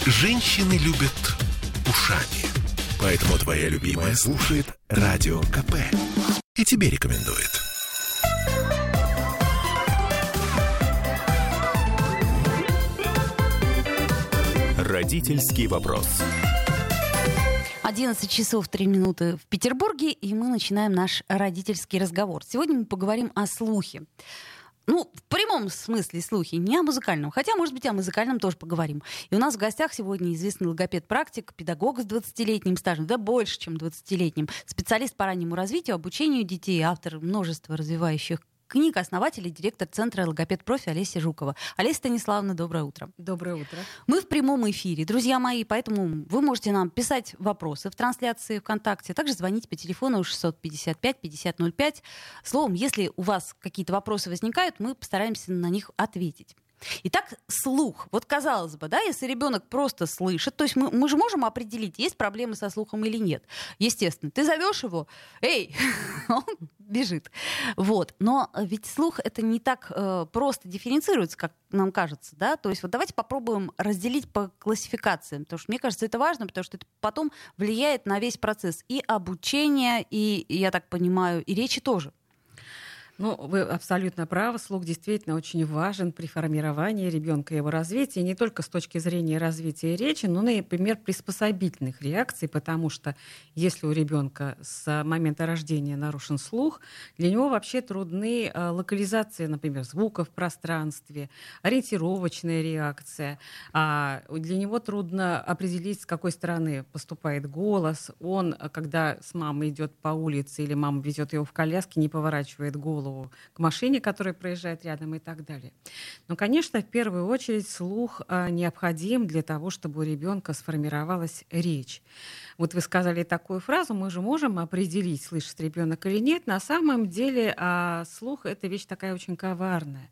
Женщины любят ушами. Поэтому твоя любимая слушает Радио КП. И тебе рекомендует. Родительский вопрос. 11 часов 3 минуты в Петербурге, и мы начинаем наш родительский разговор. Сегодня мы поговорим о слухе. Ну, в прямом смысле слухи, не о музыкальном. Хотя, может быть, о музыкальном тоже поговорим. И у нас в гостях сегодня известный логопед-практик, педагог с 20-летним стажем, да больше, чем 20-летним, специалист по раннему развитию, обучению детей, автор множества развивающих книг, основатель и директор Центра логопед-профи Олеся Жукова. Олеся Станиславовна, доброе утро. Доброе утро. Мы в прямом эфире, друзья мои, поэтому вы можете нам писать вопросы в трансляции ВКонтакте, а также звонить по телефону 655-5005. Словом, если у вас какие-то вопросы возникают, мы постараемся на них ответить. Итак, слух. Вот казалось бы, да, если ребенок просто слышит, то есть мы же можем определить, есть проблемы со слухом или нет. Естественно, ты зовешь его, эй, он бежит. Вот. Но ведь слух это не так просто дифференцируется, как нам кажется, да. То есть вот давайте попробуем разделить по классификациям, потому что мне кажется, это важно, потому что это потом влияет на весь процесс и обучения, и, я так понимаю, и речи тоже. Ну, вы абсолютно правы. Слух действительно очень важен при формировании ребенка и его развитии, не только с точки зрения развития речи, но, например, приспособительных реакций, потому что если у ребенка с момента рождения нарушен слух, для него вообще трудны локализация, например, звука в пространстве, ориентировочная реакция. Для него трудно определить, с какой стороны поступает голос. Он, когда с мамой идет по улице или мама везет его в коляске, не поворачивает голову к машине, которая проезжает рядом и так далее. Но, конечно, в первую очередь слух необходим для того, чтобы у ребенка сформировалась речь. Вот вы сказали такую фразу, мы же можем определить, слышит ребенок или нет. На самом деле слух — это вещь такая очень коварная.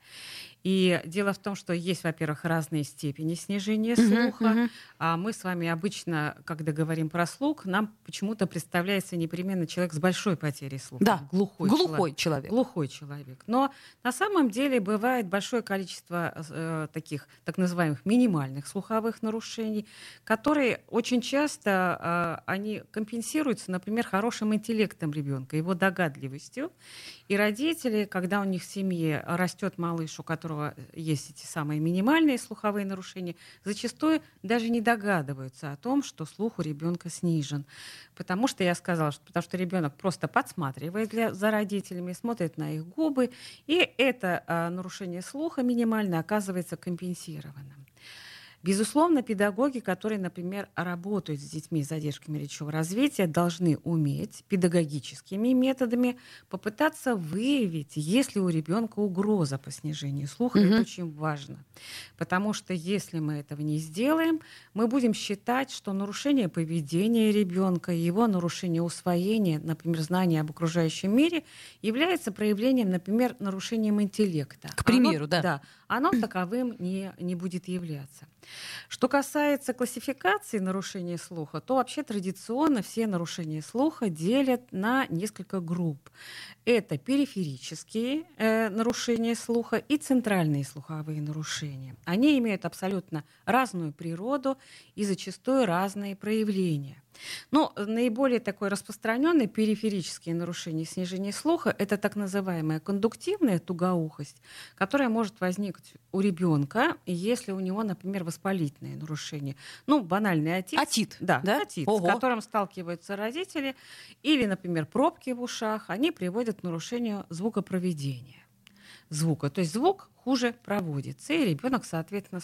И дело в том, что есть, во-первых, разные степени снижения слуха. А мы с вами обычно, когда говорим про слух, нам почему-то представляется непременно человек с большой потерей слуха. Да, глухой человек. Глухой человек. Но на самом деле бывает большое количество таких так называемых минимальных слуховых нарушений, которые очень часто они компенсируются, например, хорошим интеллектом ребенка, его догадливостью. И родители, когда у них в семье растет малыш, у которого есть эти самые минимальные слуховые нарушения, зачастую даже не догадываются о том, что слух у ребенка снижен. Потому что я сказала, потому что ребенок просто подсматривает за родителями, смотрит на их губы, и это нарушение слуха минимально оказывается компенсированным. Безусловно, педагоги, которые, например, работают с детьми с задержками речевого развития, должны уметь педагогическими методами попытаться выявить, есть ли у ребенка угроза по снижению слуха. Это очень важно. Потому что если мы этого не сделаем, мы будем считать, что нарушение поведения ребенка, его нарушение усвоения, например, знания об окружающем мире, является проявлением, например, нарушением интеллекта. К примеру, да. Оно таковым не будет являться. Что касается классификации нарушений слуха, то вообще традиционно все нарушения слуха делят на несколько групп. Это периферические нарушения слуха и центральные слуховые нарушения. Они имеют абсолютно разную природу и зачастую разные проявления. Но наиболее такое распространенное периферические нарушения снижения слуха — это так называемая кондуктивная тугоухость, которая может возникнуть у ребенка, если у него, например, воспалительные нарушения. Ну, банальный отит. Отит. Да, отит, с которым сталкиваются родители. Или, например, пробки в ушах. Они приводят к нарушению звукопроведения. Звука. То есть звук хуже проводится, и ребенок, соответственно,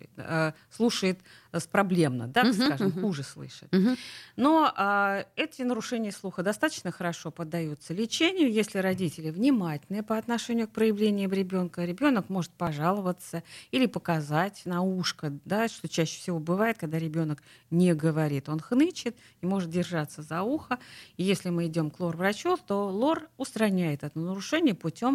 слушает проблемно, да, скажем, хуже слышит. Но эти нарушения слуха достаточно хорошо поддаются лечению, если родители внимательны по отношению к проявлениям ребенка. Ребенок может пожаловаться или показать на ушко, да, что чаще всего бывает, когда ребенок не говорит. Он хнычет и может держаться за ухо. И если мы идем к лор-врачу, то лор устраняет это нарушение путем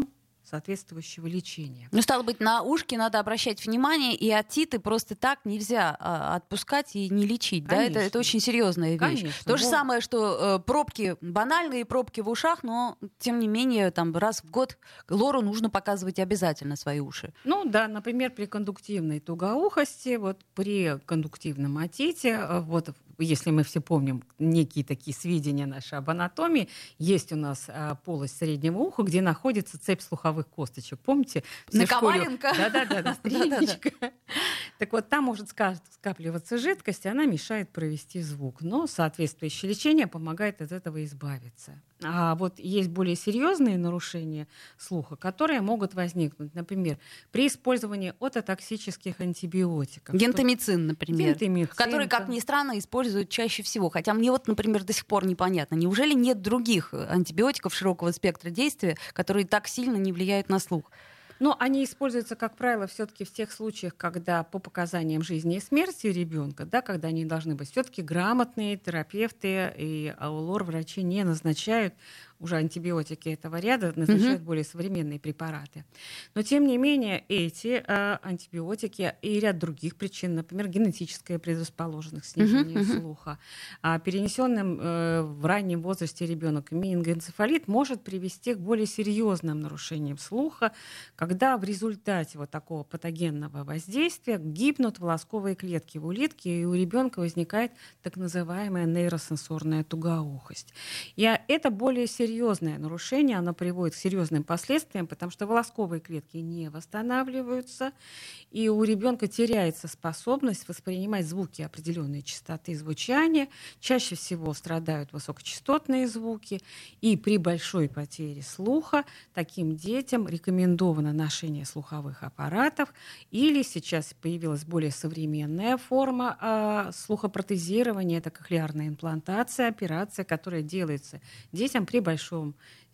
соответствующего лечения. Ну, стало быть, на ушки надо обращать внимание, и отиты просто так нельзя отпускать и не лечить. Да? Это очень серьезная вещь. Конечно. То же самое, что пробки, банальные пробки в ушах, но, тем не менее, там, раз в год лору нужно показывать обязательно свои уши. Ну да, например, при кондуктивной тугоухости, вот при кондуктивном отите, вот если мы все помним некие такие сведения наши об анатомии, есть у нас полость среднего уха, где находится цепь слуховых косточек. Помните? Наковаленка. Да, стрелечка. Так вот, там может скапливаться жидкость, и она мешает провести звук. Но соответствующее лечение помогает от этого избавиться. А вот есть более серьезные нарушения слуха, которые могут возникнуть, например, при использовании ототоксических антибиотиков. Гентамицин, например. Гентамицин, который, как ни странно, используют чаще всего. Хотя мне вот, например, до сих пор непонятно, неужели нет других антибиотиков широкого спектра действия, которые так сильно не влияют на слух? Но они используются, как правило, все-таки в тех случаях, когда по показаниям жизни и смерти ребенка, да, когда они должны быть все-таки грамотные терапевты и лор-врачи не назначают уже антибиотики этого ряда, назначают более современные препараты. Но, тем не менее, эти антибиотики и ряд других причин, например, генетическая предрасположенность к снижению слуха, перенесенным в раннем возрасте ребенок менингоэнцефалит может привести к более серьезным нарушениям слуха, когда в результате вот такого патогенного воздействия гибнут волосковые клетки в улитке, и у ребенка возникает так называемая нейросенсорная тугоухость. И это более серьезное нарушение, оно приводит к серьезным последствиям, потому что волосковые клетки не восстанавливаются, и у ребенка теряется способность воспринимать звуки определенной частоты звучания. Чаще всего страдают высокочастотные звуки, и при большой потере слуха таким детям рекомендовано ношение слуховых аппаратов, или сейчас появилась более современная форма слухопротезирования, это кохлеарная имплантация, операция, которая делается детям при большой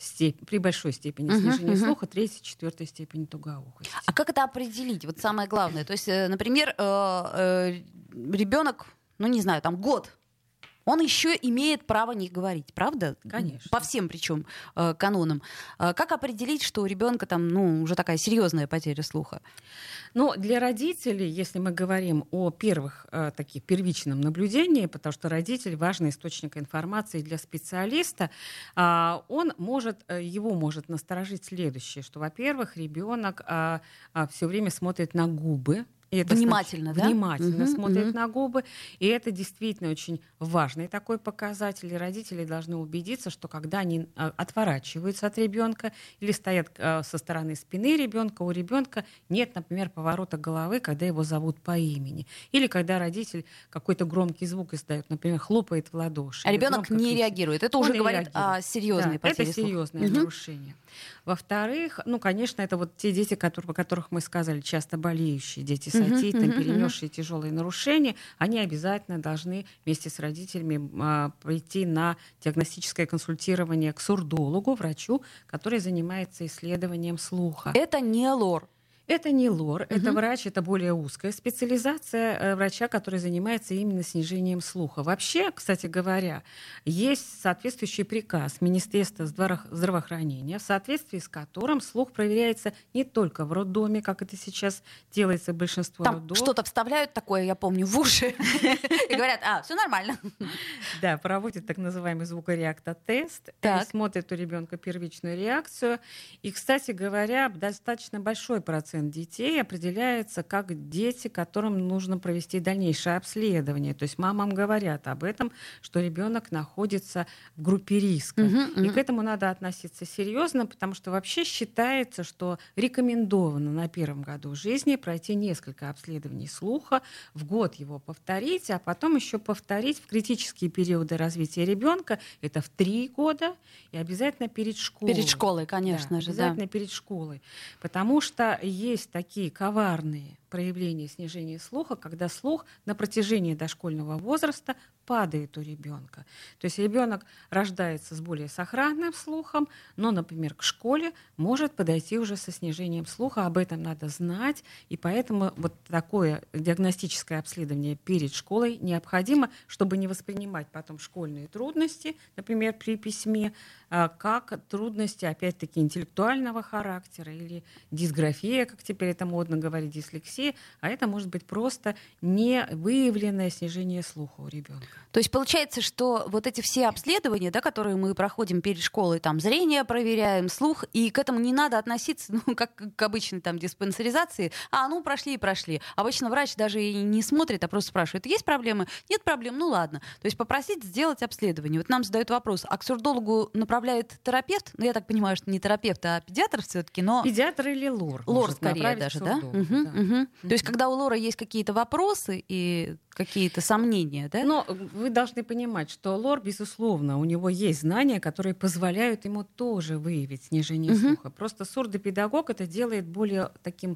степени снижения слуха, 3-4 степени тугоухости. А как это определить? Вот самое главное. То есть, например, ребенок, ну не знаю, там год, он еще имеет право не говорить, правда? Конечно. По всем причем канонам. Как определить, что у ребенка там, ну, уже такая серьезная потеря слуха? Но для родителей, если мы говорим о таких первичном наблюдении, потому что родитель — важный источник информации для специалиста, его может насторожить следующее, что, во-первых, ребенок все время смотрит на губы. И это внимательно, да? Внимательно смотрит на губы. И это действительно очень важный такой показатель. И родители должны убедиться, что когда они отворачиваются от ребенка или стоят со стороны спины ребенка, у ребенка нет, например, поворота головы, когда его зовут по имени. Или когда родитель какой-то громкий звук издает, например, хлопает в ладоши. А ребенок не реагирует. Это уже говорит о серьезной потере слуха. Это серьезное нарушение. Во-вторых, конечно, это вот те дети, о которых мы сказали, часто болеющие дети с отитом, перенесшие тяжелые нарушения, они обязательно должны вместе с родителями прийти на диагностическое консультирование к сурдологу, врачу, который занимается исследованием слуха. Это не лор. Это не лор, это врач, это более узкая специализация врача, который занимается именно снижением слуха. Вообще, кстати говоря, есть соответствующий приказ Министерства здравоохранения, в соответствии с которым слух проверяется не только в роддоме, как это сейчас делается большинство там роддомов. Что-то вставляют такое, я помню, в уши и говорят, все нормально. Да, проводят так называемый звукореактотест, смотрят у ребенка первичную реакцию. И, кстати говоря, достаточно большой процент детей определяется как дети, которым нужно провести дальнейшее обследование. То есть мамам говорят об этом, что ребенок находится в группе риска. И к этому надо относиться серьезно, потому что вообще считается, что рекомендовано на первом году жизни пройти несколько обследований слуха, в год его повторить, а потом еще повторить в критические периоды развития ребенка. Это в 3 года и обязательно перед школой. Перед школой, конечно же. Обязательно перед школой. Потому что есть такие коварные проявление снижения слуха, когда слух на протяжении дошкольного возраста падает у ребенка. То есть ребенок рождается с более сохранным слухом, но, например, к школе может подойти уже со снижением слуха. Об этом надо знать, и поэтому вот такое диагностическое обследование перед школой необходимо, чтобы не воспринимать потом школьные трудности, например, при письме, как трудности, опять-таки, интеллектуального характера или дисграфия, как теперь это модно говорить, дислексия, а это может быть просто невыявленное снижение слуха у ребенка. То есть получается, что вот эти все обследования, да, которые мы проходим перед школой, там зрение проверяем, слух, и к этому не надо относиться, ну, как к обычной там диспансеризации. Прошли и прошли. Обычно врач даже и не смотрит, а просто спрашивает: есть проблемы? Нет проблем? Ну ладно. То есть попросить сделать обследование. Вот нам задают вопрос: а к сурдологу направляет терапевт? Ну, я так понимаю, что не терапевт, а педиатр все-таки, но... Педиатр или лор. Лор скорее даже, да? Да. То есть когда у лора есть какие-то вопросы и какие-то сомнения, да? Но вы должны понимать, что лор, безусловно, у него есть знания, которые позволяют ему тоже выявить снижение слуха. Просто сурдопедагог это делает более таким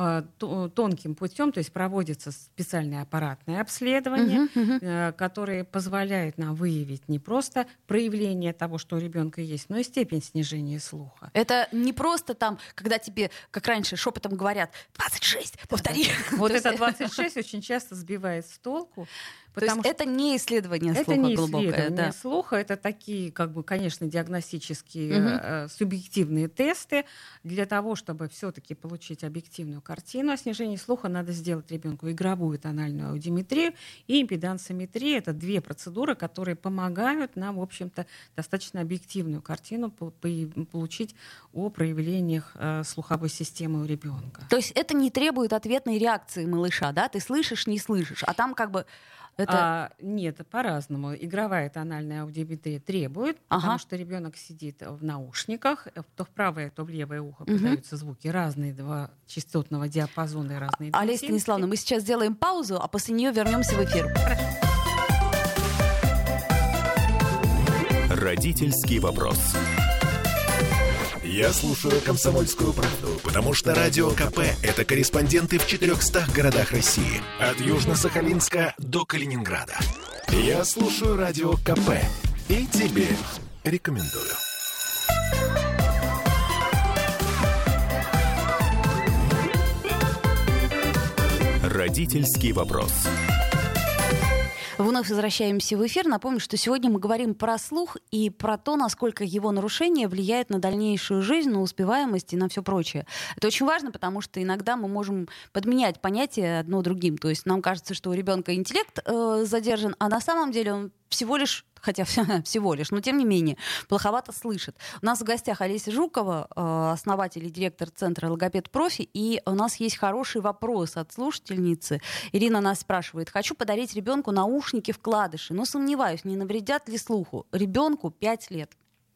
тонким путем, то есть проводится специальное аппаратное обследование, которое позволяет нам выявить не просто проявление того, что у ребенка есть, но и степень снижения слуха. Это не просто там, когда тебе, как раньше, шепотом говорят: 26, повтори. Вот это 26 очень часто сбивает с толку. То есть это не исследование слуха глубокое. Это не исследование слуха, это такие, конечно, диагностические субъективные тесты. Для того, чтобы все-таки получить объективную картину о снижении слуха, надо сделать ребенку игровую тональную аудиметрию и импедансометрию. Это две процедуры, которые помогают нам, в общем-то, достаточно объективную картину получить о проявлениях слуховой системы у ребенка. То есть это не требует ответной реакции малыша, да? Ты слышишь, не слышишь, а там как бы... Нет, по-разному. Игровая тональная аудиометрия требует, потому что ребенок сидит в наушниках, то в правое, то в левое ухо подаются звуки разные, два частотного диапазона и разные. Олеся Станиславовна, мы сейчас сделаем паузу, а после нее вернемся в эфир. Родительский вопрос. Я слушаю «Комсомольскую правду», потому что Радио КП – это корреспонденты в 400 городах России. От Южно-Сахалинска до Калининграда. Я слушаю Радио КП и тебе рекомендую. Родительский вопрос. Вновь возвращаемся в эфир. Напомню, что сегодня мы говорим про слух и про то, насколько его нарушение влияет на дальнейшую жизнь, на успеваемость и на все прочее. Это очень важно, потому что иногда мы можем подменять понятие одно другим. То есть нам кажется, что у ребенка интеллект задержан, а на самом деле он всего лишь, но тем не менее, плоховато слышит. У нас в гостях Олеся Жукова, основатель и директор центра «Логопед Профи», и у нас есть хороший вопрос от слушательницы. Ирина нас спрашивает: хочу подарить ребенку наушники-вкладыши, но сомневаюсь, не навредят ли слуху. Ребенку 5 лет.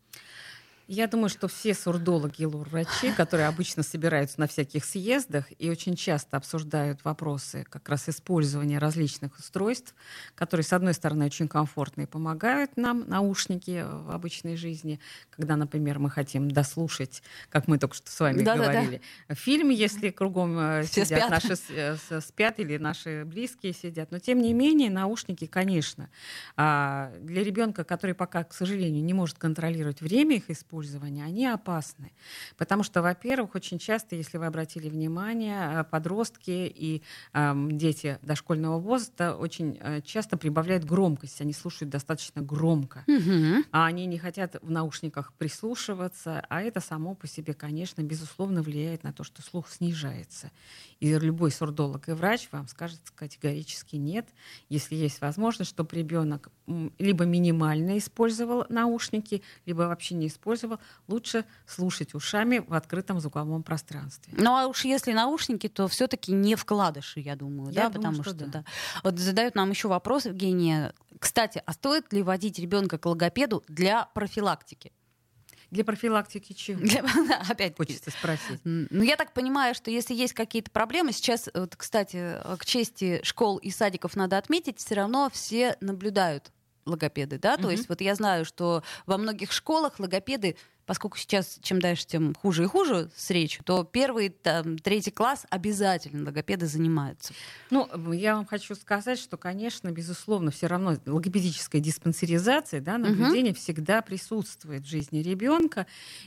Я думаю, что все сурдологи и лор-врачи, которые обычно собираются на всяких съездах и очень часто обсуждают вопросы как раз использования различных устройств, которые, с одной стороны, очень комфортны и помогают нам, наушники в обычной жизни, когда, например, мы хотим дослушать, как мы только что с вами говорили, фильм, если кругом сидят наши спят или наши близкие сидят. Но, тем не менее, наушники, конечно, для ребенка, который пока, к сожалению, не может контролировать время их использования, они опасны. Потому что, во-первых, очень часто, если вы обратили внимание, подростки и дети дошкольного возраста очень часто прибавляют громкость. Они слушают достаточно громко. А они не хотят в наушниках прислушиваться. А это само по себе, конечно, безусловно влияет на то, что слух снижается. И любой сурдолог и врач вам скажет категорически нет. Если есть возможность, чтобы ребенок либо минимально использовал наушники, либо вообще не использовал, лучше слушать ушами в открытом звуковом пространстве. Ну а уж если наушники, то все-таки не вкладыши, я думаю, я да, думаю, потому что да. Вот задают нам еще вопрос, Евгения. Кстати, а стоит ли водить ребенка к логопеду для профилактики? Для профилактики чего? Опять хочется спросить. Ну, я так понимаю, что если есть какие-то проблемы, сейчас, вот, кстати, к чести школ и садиков надо отметить, все равно все наблюдают логопеды, да, то есть вот я знаю, что во многих школах логопеды поскольку сейчас чем дальше, тем хуже и хуже с речью, то 1, 3 класс обязательно логопеды занимаются. Ну, я вам хочу сказать, что, конечно, безусловно, все равно логопедическая диспансеризация, да, наблюдение всегда присутствует в жизни ребенка.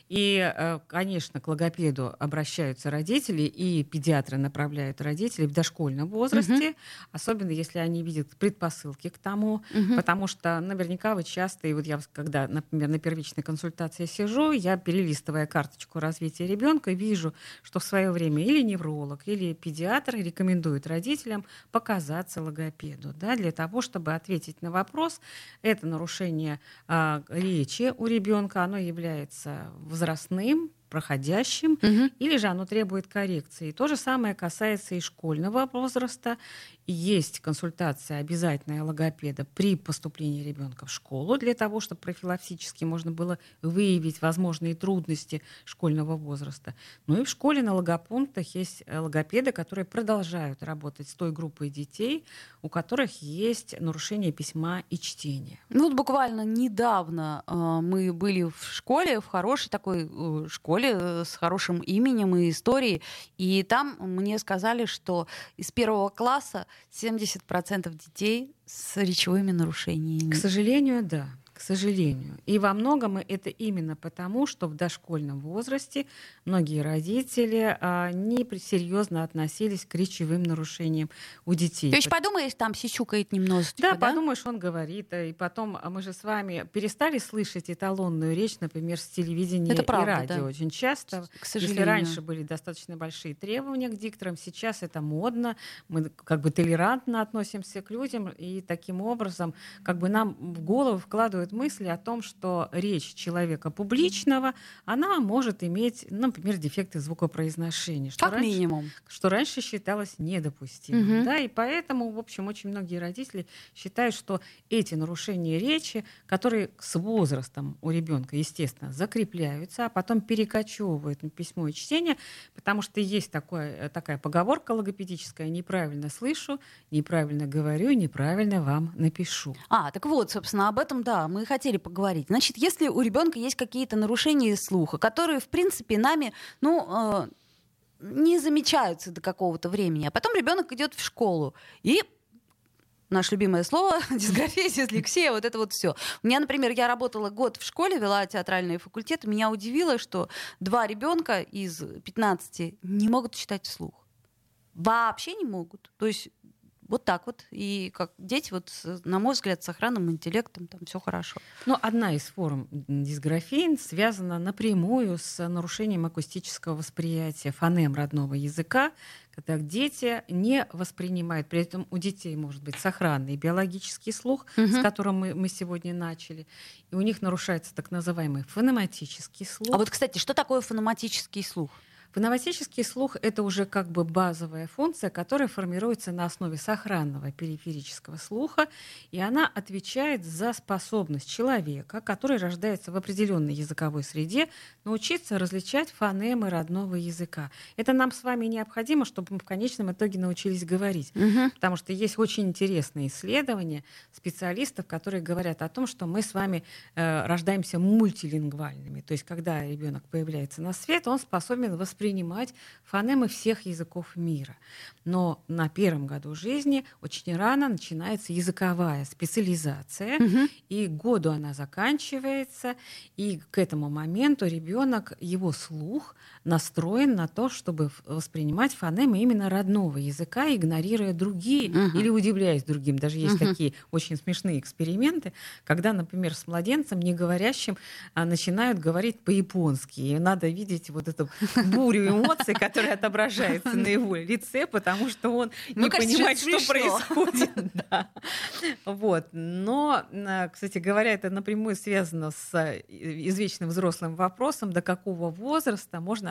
И, конечно, к логопеду обращаются родители, и педиатры направляют родителей в дошкольном возрасте, особенно если они видят предпосылки к тому, потому что наверняка вы часто, и вот я, когда, например, на первичной консультации сижу, я, перелистывая карточку развития ребенка, вижу, что в свое время или невролог, или педиатр рекомендуют родителям показаться логопеду, да, для того, чтобы ответить на вопрос, это нарушение речи у ребенка, оно является возрастным, проходящим, или же оно требует коррекции. То же самое касается и школьного возраста. Есть консультация обязательная логопеда при поступлении ребенка в школу для того, чтобы профилактически можно было выявить возможные трудности школьного возраста. Ну и в школе на логопунктах есть логопеды, которые продолжают работать с той группой детей, у которых есть нарушение письма и чтения. Ну вот буквально недавно мы были в школе, в хорошей такой школе с хорошим именем и историей, и там мне сказали, что из 1 класса 70% детей с речевыми нарушениями. К сожалению, да. К сожалению. И во многом это именно потому, что в дошкольном возрасте многие родители не серьезно относились к речевым нарушениям у детей. То есть подумаешь, там сисюкает немножечко, да? Подумаешь, он говорит. И потом мы же с вами перестали слышать эталонную речь, например, с телевидения это правда, и радио. Да. Очень часто, к сожалению. Если раньше были достаточно большие требования к дикторам, сейчас это модно. Мы как бы толерантно относимся к людям, и таким образом как бы нам в голову вкладывают мысли о том, что речь человека публичного, она может иметь, например, дефекты звукопроизношения. Что как минимум. Что раньше считалось недопустимым. Да, и поэтому, в общем, очень многие родители считают, что эти нарушения речи, которые с возрастом у ребенка, естественно, закрепляются, а потом перекочевывают на письмо и чтение, потому что есть такая поговорка логопедическая: неправильно слышу, неправильно говорю, неправильно вам напишу. Так вот, собственно, об этом, да, мы хотели поговорить. Значит, если у ребенка есть какие-то нарушения слуха, которые, в принципе, нами, не замечаются до какого-то времени, а потом ребенок идет в школу, и наше любимое слово, дисграфия, дислексия, вот это вот все. У меня, например, я работала год в школе, вела театральный факультет, меня удивило, что 2 ребенка из 15 не могут читать вслух. Вообще не могут. То есть вот так вот. И как дети, вот, на мой взгляд, с охранным интеллектом, там все хорошо. Но одна из форм дисграфии связана напрямую с нарушением акустического восприятия фонем родного языка, когда дети не воспринимают, при этом у детей может быть сохранный биологический слух, с которым мы сегодня начали, и у них нарушается так называемый фонематический слух. А вот, кстати, что такое фонематический слух? Фонематический слух — это уже как бы базовая функция, которая формируется на основе сохранного периферического слуха, и она отвечает за способность человека, который рождается в определенной языковой среде, научиться различать фонемы родного языка. Это нам с вами необходимо, чтобы мы в конечном итоге научились говорить. Потому что есть очень интересные исследования специалистов, которые говорят о том, что мы с вами рождаемся мультилингвальными. То есть когда ребенок появляется на свет, он способен воспринимать фонемы всех языков мира. Но на 1 году жизни очень рано начинается языковая специализация, и к году она заканчивается, и к этому моменту ребенок, его слух настроен на то, чтобы воспринимать фонемы именно родного языка, игнорируя другие или удивляясь другим. Даже есть такие очень смешные эксперименты, когда, например, с младенцем, не говорящим, начинают говорить по-японски. И надо видеть вот эту бурю эмоций, которые отображаются на его лице, потому что он не понимает, что происходит. Вот. Но, кстати говоря, это напрямую связано с извечным взрослым вопросом, до какого возраста можно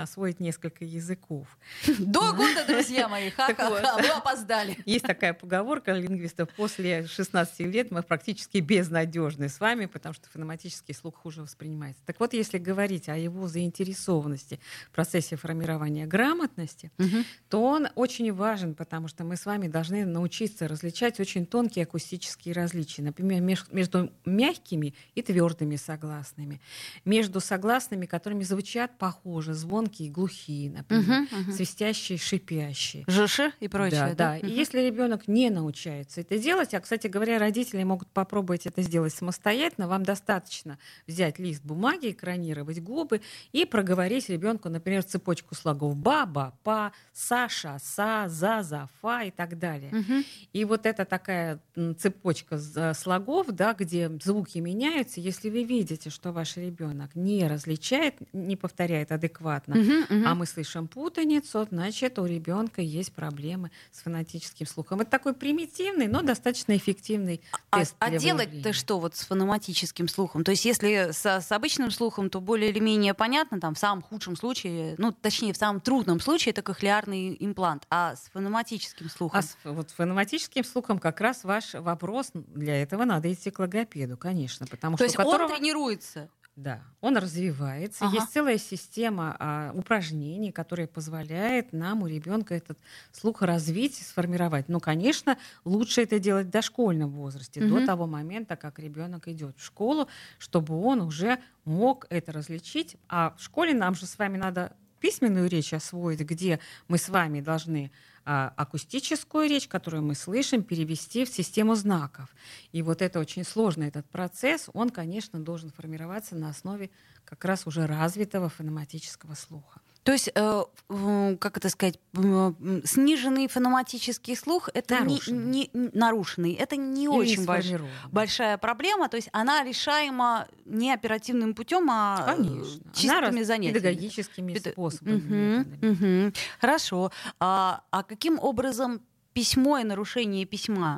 освоить несколько языков. До года, друзья мои, ха-ха-ха, вы опоздали. Есть такая поговорка лингвистов: после 16 лет мы практически безнадежны с вами, потому что фонематический слух хуже воспринимается. Так вот, если говорить о его заинтересованности в процессе формирования грамотности, то он очень важен, потому что мы с вами должны научиться различать очень тонкие акустические различия. Например, между мягкими и твердыми согласными, между согласными, которыми звучат похоже, звонкие и глухие, например, свистящие, шипящие. ЖШ и прочее. Да. И если ребенок не научается это делать, а, кстати говоря, родители могут попробовать это сделать самостоятельно, вам достаточно взять лист бумаги, экранировать губы и проговорить ребенку, например, цепочку слогов ба, ба, па, са, ша, са, за, за, фа и так далее. И вот эта такая цепочка слогов, да, где звуки меняются, если вы видите, что ваш ребенок не различает, не повторяет адекватно, а мы слышим путаницу, значит, у ребенка есть проблемы с фонетическим слухом. Это такой примитивный, но достаточно эффективный тест. А делать-то что вот с фонематическим слухом? То есть если с обычным слухом, то более или менее понятно, там в самом худшем случае, ну, точнее, в самом трудном случае это кохлеарный имплант, а с фонематическим слухом? Вот с фонематическим слухом как раз ваш вопрос, для этого надо идти к логопеду, конечно. Потому то что есть он тренируется? Да, он развивается. Есть целая система упражнений, которая позволяет нам у ребенка этот слух развить и сформировать. Но, конечно, лучше это делать в дошкольном возрасте, до того момента, как ребенок идет в школу, чтобы он уже мог это различить. А в школе нам же с вами надо письменную речь освоить, где мы с вами должны акустическую речь, которую мы слышим, перевести в систему знаков. И вот это очень сложный этот процесс, он, конечно, должен формироваться на основе как раз уже развитого фонематического слуха. То есть, как это сказать, сниженный фонематический слух — это не нарушенный, это не очень большая проблема, то есть она решаема не оперативным путем, а чистыми занятиями. Педагогическими способами. Хорошо. А каким образом письмо и нарушение письма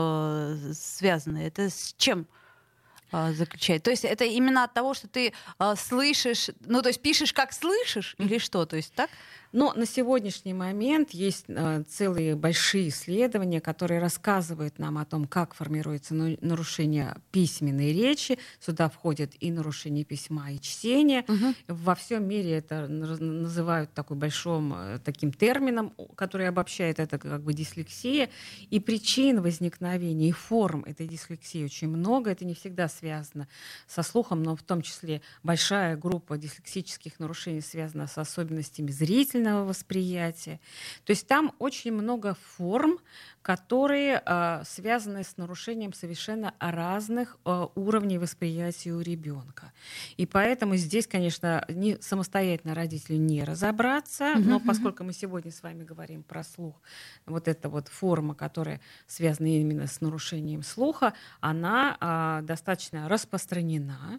связаны? Это с чем заключает? То есть это именно от того, что ты слышишь, ну то есть пишешь как слышишь или что? То есть так? Но на сегодняшний момент есть целые большие исследования, которые рассказывают нам о том, как формируется нарушение письменной речи. Сюда входят и нарушение письма, и чтения. Во всем мире это называют таким термином, который обобщает это как бы дислексия. И причин возникновения и форм этой дислексии очень много. Это не всегда связано со слухом, но в том числе большая группа дислексических нарушений связана с особенностями зрительного восприятия. То есть там очень много форм, которые связаны с нарушением совершенно разных уровней восприятия у ребенка. И поэтому здесь, конечно, самостоятельно родителю не разобраться, но поскольку мы сегодня с вами говорим про слух, вот эта вот форма, которая связана именно с нарушением слуха, она достаточно распространена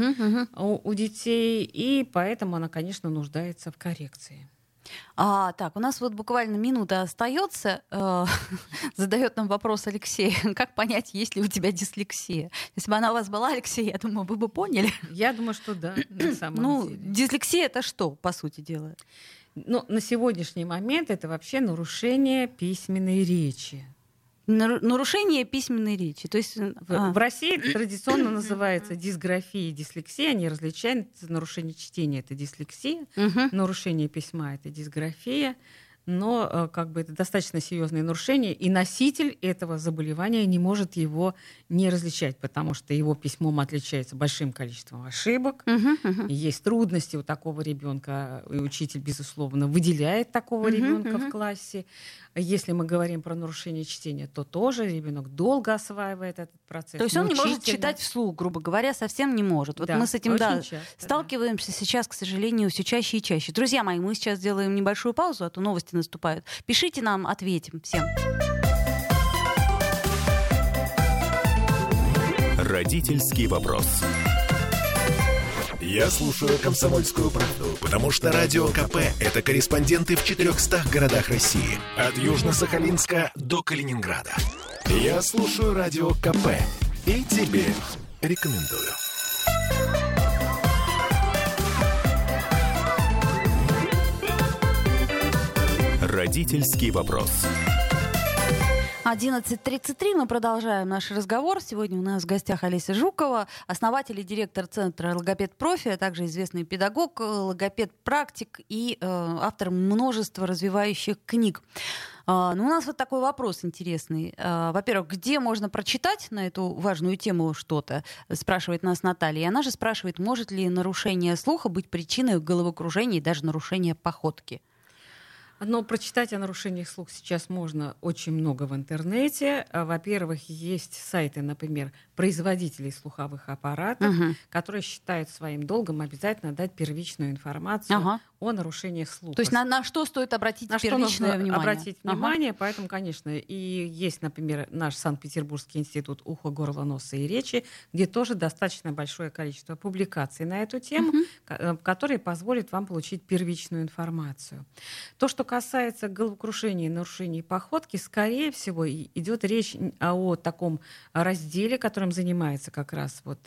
у детей, и поэтому она, конечно, нуждается в коррекции. Так, у нас вот буквально минута остается. Задает нам вопрос Алексей. Как понять, есть ли у тебя дислексия? Если бы она у вас была, Алексей, я думаю, вы бы поняли. Я думаю, что да, на самом деле. Дислексия — это что, по сути дела? Ну, на сегодняшний момент это вообще нарушение письменной речи. Нарушение письменной речи. То есть, в России это традиционно называется дисграфия и дислексия. Они различаются. Нарушение чтения — это дислексия, нарушение письма — это дисграфия. Но как бы это достаточно серьезное нарушение, и носитель этого заболевания не может его не различать, потому что его письмом отличается большим количеством ошибок. Есть трудности у такого ребенка, и учитель, безусловно, выделяет такого ребенка в классе. Если мы говорим про нарушение чтения, то тоже ребенок долго осваивает этот процесс. То есть он не может читать вслух, грубо говоря, совсем не может. Вот мы с этим сталкиваемся сейчас, к сожалению, все чаще и чаще. Друзья мои, мы сейчас сделаем небольшую паузу, а то новости наступают. Пишите нам, ответим всем. Родительский вопрос. Я слушаю «Комсомольскую правду», потому что Радио КП – это корреспонденты в 400 городах России. От Южно-Сахалинска до Калининграда. Я слушаю Радио КП и тебе рекомендую. Родительский вопрос. 11:33. Мы продолжаем наш разговор. Сегодня у нас в гостях Олеся Жукова, основатель и директор центра «Логопед Профи», а также известный педагог, логопед-практик и автор множества развивающих книг. Но у нас вот такой вопрос интересный. Во-первых, где можно прочитать на эту важную тему что-то, спрашивает нас Наталья. И она же спрашивает, может ли нарушение слуха быть причиной головокружения и даже нарушения походки. Но прочитать о нарушениях слуха сейчас можно очень много в интернете. Во-первых, есть сайты, например, производителей слуховых аппаратов, которые считают своим долгом обязательно дать первичную информацию о нарушениях слуха. То есть на что стоит обратить первичное внимание? Обратить внимание, поэтому, конечно, и есть, например, наш Санкт-Петербургский институт уха, горла, носа и речи, где тоже достаточно большое количество публикаций на эту тему, которые позволят вам получить первичную информацию. То, что касается головокружения и нарушений походки, скорее всего, идет речь о таком разделе, которым занимается как раз вот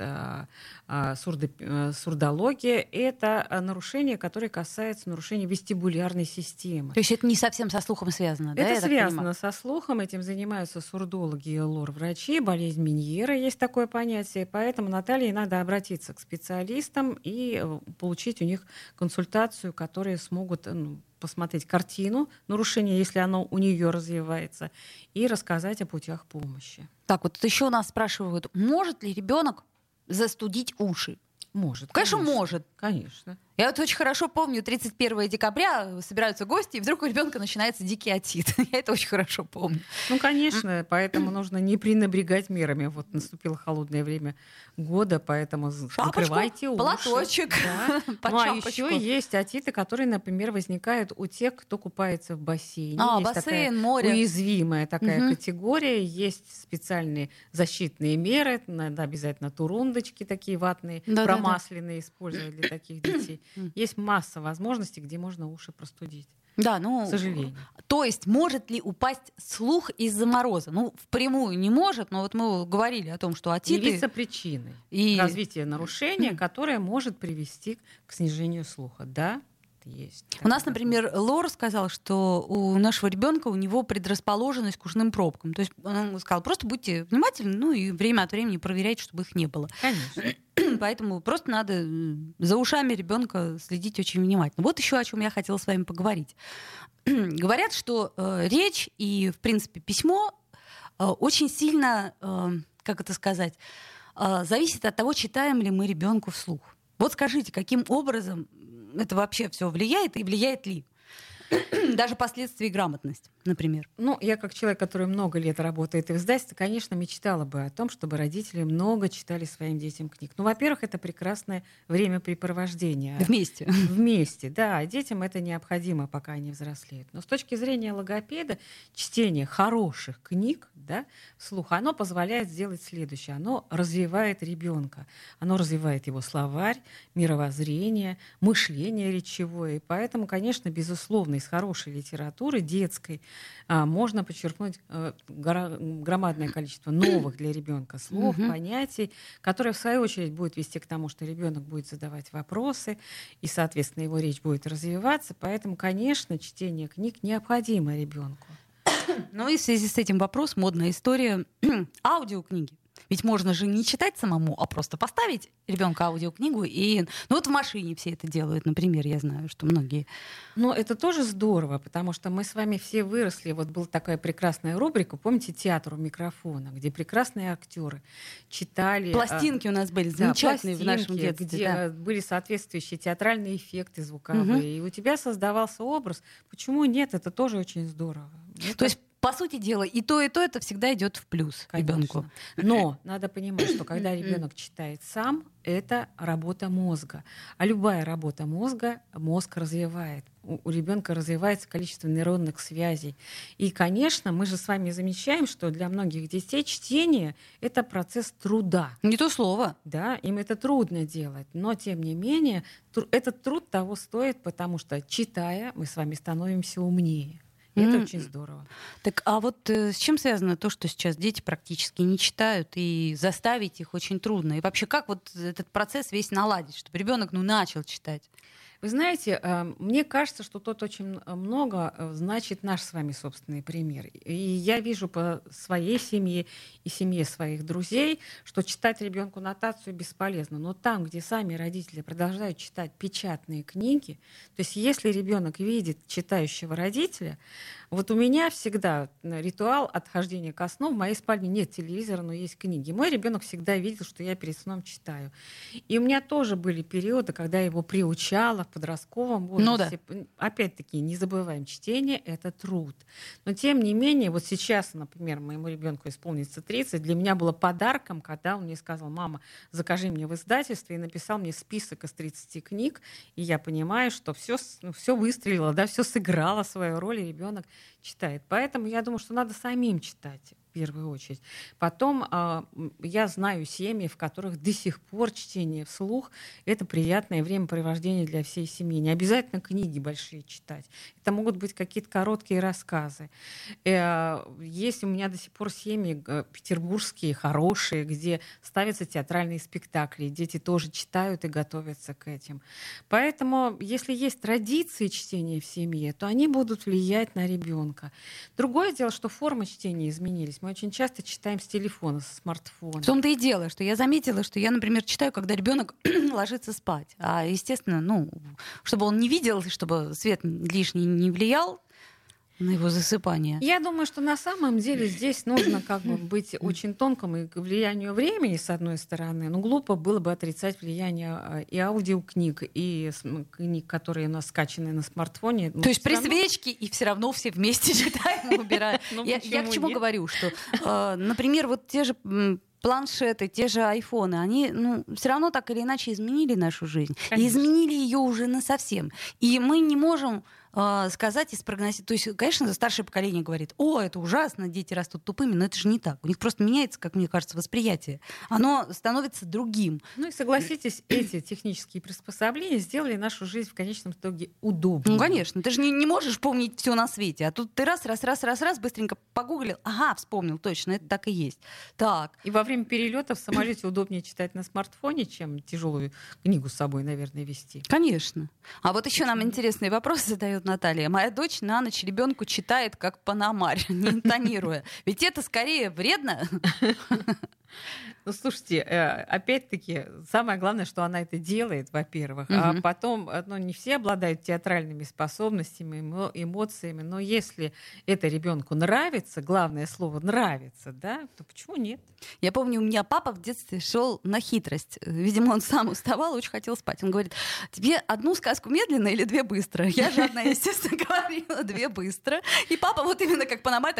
сурдология. Это нарушения, которые касаются нарушения вестибулярной системы. То есть это не совсем со слухом связано, да? Это связано со слухом, этим занимаются сурдологи и лор-врачи, болезнь Меньера, есть такое понятие, поэтому Наталье надо обратиться к специалистам и получить у них консультацию, которые смогут посмотреть картину нарушения, если оно у нее развивается, и рассказать о путях помощи. Так, вот еще у нас спрашивают, может ли ребенок застудить уши? Может. Конечно, может. Конечно. Я вот очень хорошо помню, 31 декабря собираются гости, и вдруг у ребенка начинается дикий отит. Я это очень хорошо помню. Ну, конечно, поэтому нужно не пренебрегать мерами. Вот наступило холодное время года, поэтому закрывайте уши. Платочек. Да. Ну, а еще есть отиты, которые, например, возникают у тех, кто купается в бассейне. Есть бассейн, море. Уязвимая такая категория. Есть специальные защитные меры. Надо обязательно турундочки такие ватные, промасленные использовать для таких детей. Есть масса возможностей, где можно уши простудить. Да, к сожалению. То есть может ли упасть слух из-за мороза? Ну, впрямую не может, но вот мы говорили о том, что отиты... Явиться причиной развития нарушения, которое может привести к снижению слуха. Да, есть. У нас, например, Лор сказал, что у нашего ребенка у него предрасположенность к ушным пробкам. То есть он сказал, просто будьте внимательны, и время от времени проверяйте, чтобы их не было. Конечно. Поэтому просто надо за ушами ребенка следить очень внимательно. Вот еще о чем я хотела с вами поговорить. Говорят, что речь и, в принципе, письмо очень сильно, как это сказать, зависит от того, читаем ли мы ребенку вслух. Вот скажите, каким образом это вообще все влияет и влияет ли? Даже последствия грамотности, например. Ну, я как человек, который много лет работает в издательстве, конечно, мечтала бы о том, чтобы родители много читали своим детям книг. Ну, во-первых, это прекрасное времяпрепровождение. Вместе. Вместе, да. Детям это необходимо, пока они взрослеют. Но с точки зрения логопеда, чтение хороших книг, да, вслух, оно позволяет сделать следующее. Оно развивает ребенка. Оно развивает его словарь, мировоззрение, мышление речевое. И поэтому, конечно, безусловно, из хорошей литературы детской можно подчеркнуть громадное количество новых для ребенка слов, понятий, которые в свою очередь будут вести к тому, что ребенок будет задавать вопросы, и, соответственно, его речь будет развиваться. Поэтому, конечно, чтение книг необходимо ребенку. Ну и в связи с этим вопрос, модная история, аудиокниги. Ведь можно же не читать самому, а просто поставить ребенка аудиокнигу. И... Ну вот в машине все это делают, например, я знаю, что многие. Но это тоже здорово, потому что мы с вами все выросли. Вот была такая прекрасная рубрика, помните, «Театр у микрофона», где прекрасные актеры читали... Пластинки у нас были замечательные в нашем детстве. Где были соответствующие театральные эффекты звуковые. И у тебя создавался образ. Почему нет? Это тоже очень здорово. То есть, по сути дела, и то это всегда идет в плюс ребенку. Но надо понимать, что когда ребенок читает сам, это работа мозга. А любая работа мозга мозг развивает. У ребенка развивается количество нейронных связей. И, конечно, мы же с вами замечаем, что для многих детей чтение — это процесс труда. Не то слово. Да, им это трудно делать. Но, тем не менее, этот труд того стоит, потому что, читая, мы с вами становимся умнее. И это очень здорово. Так, а вот с чем связано то, что сейчас дети практически не читают, и заставить их очень трудно? И вообще, как вот этот процесс весь наладить, чтобы ребенок начал читать? Вы знаете, мне кажется, что тут очень много значит наш с вами собственный пример. И я вижу по своей семье и семье своих друзей, что читать ребенку нотацию бесполезно. Но там, где сами родители продолжают читать печатные книги, то есть если ребенок видит читающего родителя, вот у меня всегда ритуал отхождения ко сну. В моей спальне нет телевизора, но есть книги. Мой ребенок всегда видел, что я перед сном читаю. И у меня тоже были периоды, когда я его приучала в подростковом возрасте. Ну, да. Опять-таки, не забываем, чтение — это труд. Но тем не менее, вот сейчас, например, моему ребенку исполнится 30, для меня было подарком, когда он мне сказал: мама, закажи мне в издательстве, и написал мне список из 30 книг, и я понимаю, что все выстрелило, да, все сыграло свою роль, и ребенок читает. Поэтому я думаю, что надо самим читать в первую очередь. Потом я знаю семьи, в которых до сих пор чтение вслух — это приятное времяпровождение для всей семьи. Не обязательно книги большие читать. Это могут быть какие-то короткие рассказы. Есть у меня до сих пор семьи петербургские, хорошие, где ставятся театральные спектакли. Дети тоже читают и готовятся к этим. Поэтому, если есть традиции чтения в семье, то они будут влиять на ребенка. Другое дело, что формы чтения изменились. Мы очень часто читаем с телефона, со смартфона. В том-то и дело, что я заметила, что я, например, читаю, когда ребенок ложится спать. А, естественно, чтобы он не видел, чтобы свет лишний не влиял на его засыпание. Я думаю, что на самом деле здесь нужно быть очень тонким и к влиянию времени, с одной стороны. Но глупо было бы отрицать влияние и аудиокниг, и книг, которые у нас скачаны на смартфоне. То есть при свечке и все равно все вместе читаем и убираем. Я к чему говорю, что, например, вот те же планшеты, те же айфоны, они все равно так или иначе изменили нашу жизнь. Конечно. И изменили ее уже насовсем. И мы не можем сказать и спрогнозировать. То есть, конечно, старшее поколение говорит: о, это ужасно, дети растут тупыми, но это же не так. У них просто меняется, как мне кажется, восприятие. Оно становится другим. Ну и согласитесь, эти технические приспособления сделали нашу жизнь в конечном итоге удобнее. Ну, конечно. Ты же не можешь помнить все на свете. А тут ты раз, быстренько погуглил. Ага, вспомнил, точно, это так и есть. Так. И во время перелета в самолете удобнее читать на смартфоне, чем тяжелую книгу с собой, наверное, вести. Конечно. А вот еще нам интересный вопрос задает Наталья. Моя дочь на ночь ребенку читает как Пономарь, не интонируя. Ведь это скорее вредно. Ну, слушайте, опять-таки, самое главное, что она это делает, во-первых. А потом, не все обладают театральными способностями, эмоциями, но если это ребенку нравится, главное слово «нравится», да, то почему нет? Я помню, у меня папа в детстве шел на хитрость. Видимо, он сам уставал, очень хотел спать. Он говорит: тебе одну сказку медленно или две быстро? Я жадно, естественно, говорила: две быстро. И папа вот именно как Пономарь,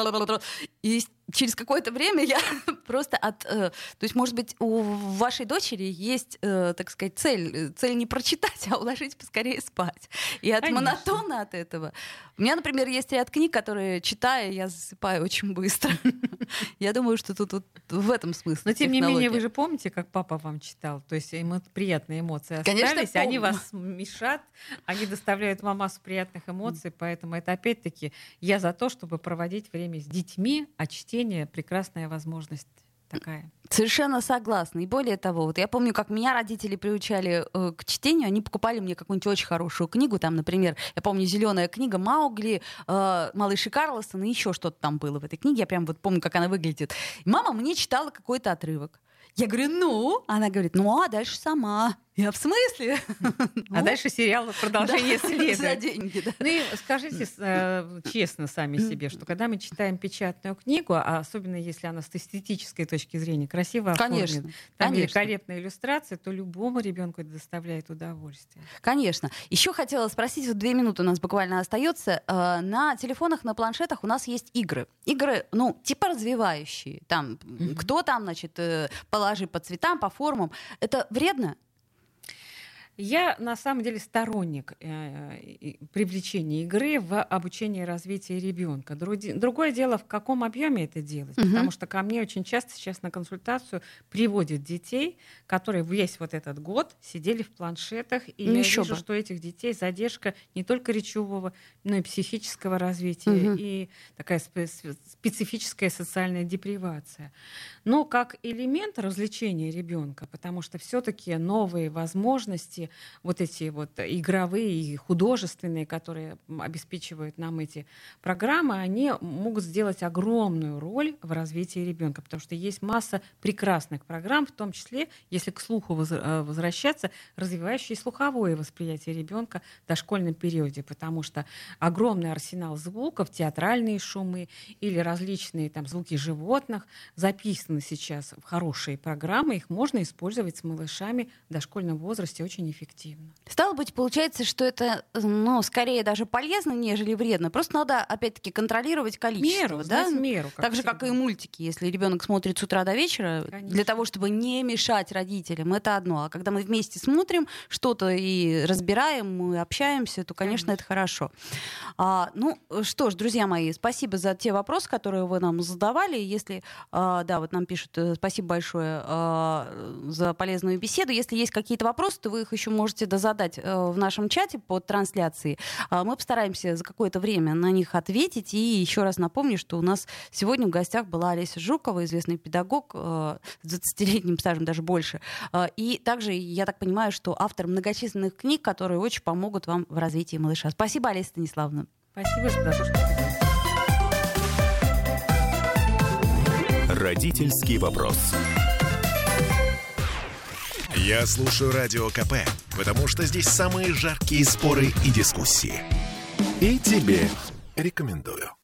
и через какое-то время я просто то есть, может быть, у вашей дочери есть, так сказать, цель не прочитать, а уложить поскорее спать. И от монотона от этого. У меня, например, есть ряд книг, которые, читая, я засыпаю очень быстро. Я думаю, что тут вот в этом смысл. Но, тем не менее, вы же помните, как папа вам читал? То есть приятные эмоции остались. Конечно, они вас мешат, они доставляют вам массу приятных эмоций, поэтому это, опять-таки, я за то, чтобы проводить время с детьми, а чтение — прекрасная возможность такая. Совершенно согласна. И более того, вот я помню, как меня родители приучали к чтению. Они покупали мне какую-нибудь очень хорошую книгу. Там, например, я помню, зеленая книга «Маугли», «Малыш и Карлсон», и еще что-то там было в этой книге. Я прям вот помню, как она выглядит. И мама мне читала какой-то отрывок. Я говорю: ну? Она говорит: а дальше сама. Я: в смысле? А дальше сериал продолжение следует. За деньги, да. Ну и скажите честно сами себе, что когда мы читаем печатную книгу, а особенно если она с эстетической точки зрения красиво оформлена, там великолепная иллюстрация, то любому ребенку это доставляет удовольствие. Конечно. Еще хотела спросить, вот 2 минуты у нас буквально остается. На телефонах, на планшетах у нас есть игры. Игры, типа развивающие. Там, кто там, значит, положи по цветам, по формам. Это вредно? Я, на самом деле, сторонник привлечения игры в обучение и развитие ребенка. Другое дело, в каком объеме это делать. Потому что ко мне очень часто сейчас на консультацию приводят детей, которые весь вот этот год сидели в планшетах. И я вижу, что у этих детей задержка не только речевого, но и психического развития, и такая специфическая социальная депривация. Но как элемент развлечения ребенка, потому что все-таки новые возможности, все вот эти вот игровые и художественные, которые обеспечивают нам эти программы, они могут сделать огромную роль в развитии ребенка, потому что есть масса прекрасных программ, в том числе, если к слуху возвращаться, развивающие слуховое восприятие ребенка в дошкольном периоде, потому что огромный арсенал звуков, театральные шумы или различные там звуки животных записаны сейчас в хорошие программы, их можно использовать с малышами в дошкольном возрасте очень эффективно. Стало быть, получается, что это, скорее даже полезно, нежели вредно. Просто надо, опять-таки, контролировать количество. Меру, да? меру. Так же, как и мультики. Если ребенок смотрит с утра до вечера, Конечно. для того, чтобы не мешать родителям, это одно. А когда мы вместе смотрим что-то и разбираем, мы общаемся, то, конечно, это хорошо. Что ж, друзья мои, спасибо за те вопросы, которые вы нам задавали. Если, вот нам пишут, спасибо большое за полезную беседу. Если есть какие-то вопросы, то вы их еще можете дозадать в нашем чате под трансляцией. Мы постараемся за какое-то время на них ответить. И еще раз напомню, что у нас сегодня в гостях была Олеся Жукова, известный педагог с 20-летним стажем, даже больше. И также, я так понимаю, что автор многочисленных книг, которые очень помогут вам в развитии малыша. Спасибо, Олеся Станиславовна. Спасибо за то, что пригласили. Родительский вопрос. Я слушаю Радио КП, потому что здесь самые жаркие споры и дискуссии. И тебе рекомендую.